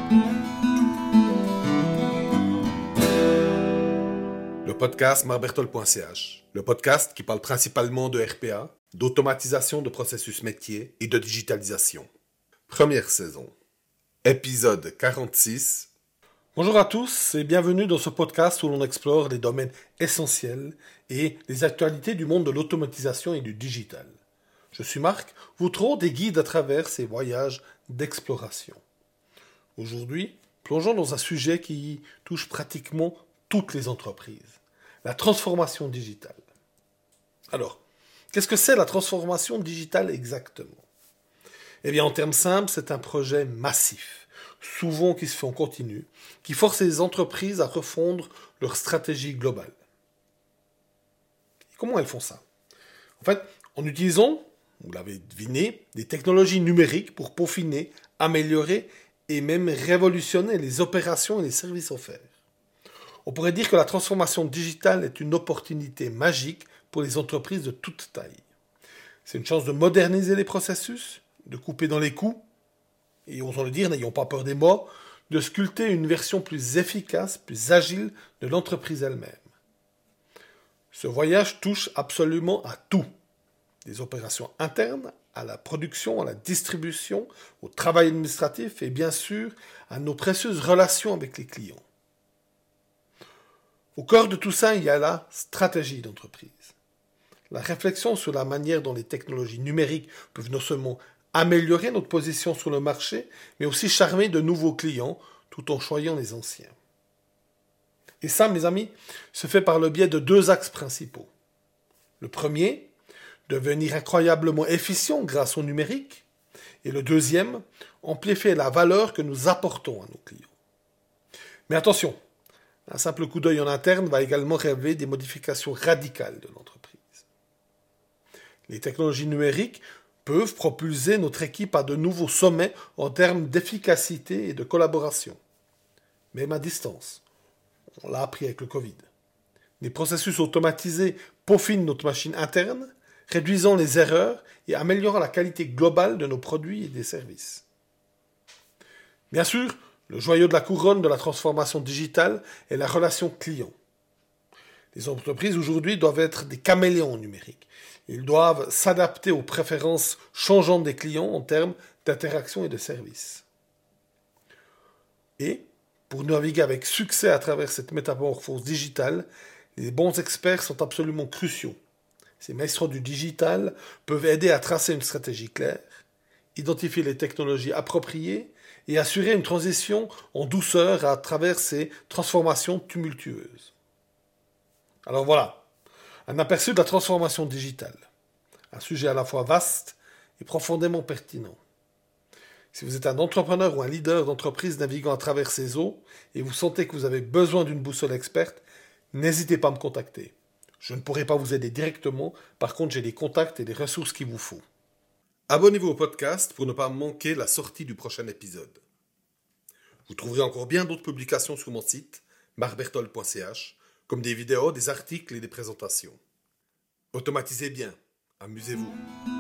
Le podcast marbertol.ch, le podcast qui parle principalement de RPA, d'automatisation de processus métiers et de digitalisation. Première saison, épisode 46. Bonjour à tous et bienvenue dans ce podcast où l'on explore les domaines essentiels et les actualités du monde de l'automatisation et du digital. Je suis Marc, votre hôte et guide à travers ces voyages d'exploration. Aujourd'hui, plongeons dans un sujet qui touche pratiquement toutes les entreprises, la transformation digitale. Alors, qu'est-ce que c'est la transformation digitale exactement ? Eh bien, en termes simples, c'est un projet massif, souvent qui se fait en continu, qui force les entreprises à refondre leur stratégie globale. Et comment elles font ça ? En fait, en utilisant, vous l'avez deviné, des technologies numériques pour peaufiner, améliorer et même révolutionner les opérations et les services offerts. On pourrait dire que la transformation digitale est une opportunité magique pour les entreprises de toute taille. C'est une chance de moderniser les processus, de couper dans les coûts, et osons le dire, n'ayons pas peur des mots, de sculpter une version plus efficace, plus agile de l'entreprise elle-même. Ce voyage touche absolument à tout, des opérations internes, à la production, à la distribution, au travail administratif et bien sûr à nos précieuses relations avec les clients. Au cœur de tout ça, il y a la stratégie d'entreprise. La réflexion sur la manière dont les technologies numériques peuvent non seulement améliorer notre position sur le marché, mais aussi charmer de nouveaux clients tout en choyant les anciens. Et ça, mes amis, se fait par le biais de deux axes principaux. Le premier, devenir incroyablement efficient grâce au numérique. Et le deuxième, amplifier la valeur que nous apportons à nos clients. Mais attention, un simple coup d'œil en interne va également révéler des modifications radicales de l'entreprise. Les technologies numériques peuvent propulser notre équipe à de nouveaux sommets en termes d'efficacité et de collaboration. Même à distance. On l'a appris avec le Covid. Les processus automatisés peaufinent notre machine interne, réduisant les erreurs et améliorant la qualité globale de nos produits et des services. Bien sûr, le joyau de la couronne de la transformation digitale est la relation client. Les entreprises aujourd'hui doivent être des caméléons numériques. Ils doivent s'adapter aux préférences changeantes des clients en termes d'interaction et de services. Et, pour naviguer avec succès à travers cette métamorphose digitale, les bons experts sont absolument cruciaux. Ces maestros du digital peuvent aider à tracer une stratégie claire, identifier les technologies appropriées et assurer une transition en douceur à travers ces transformations tumultueuses. Alors voilà, un aperçu de la transformation digitale. Un sujet à la fois vaste et profondément pertinent. Si vous êtes un entrepreneur ou un leader d'entreprise naviguant à travers ces eaux et vous sentez que vous avez besoin d'une boussole experte, n'hésitez pas à me contacter. Je ne pourrai pas vous aider directement, par contre j'ai les contacts et les ressources qu'il vous faut. Abonnez-vous au podcast pour ne pas manquer la sortie du prochain épisode. Vous trouverez encore bien d'autres publications sur mon site, marbertol.ch, comme des vidéos, des articles et des présentations. Automatisez bien, amusez-vous.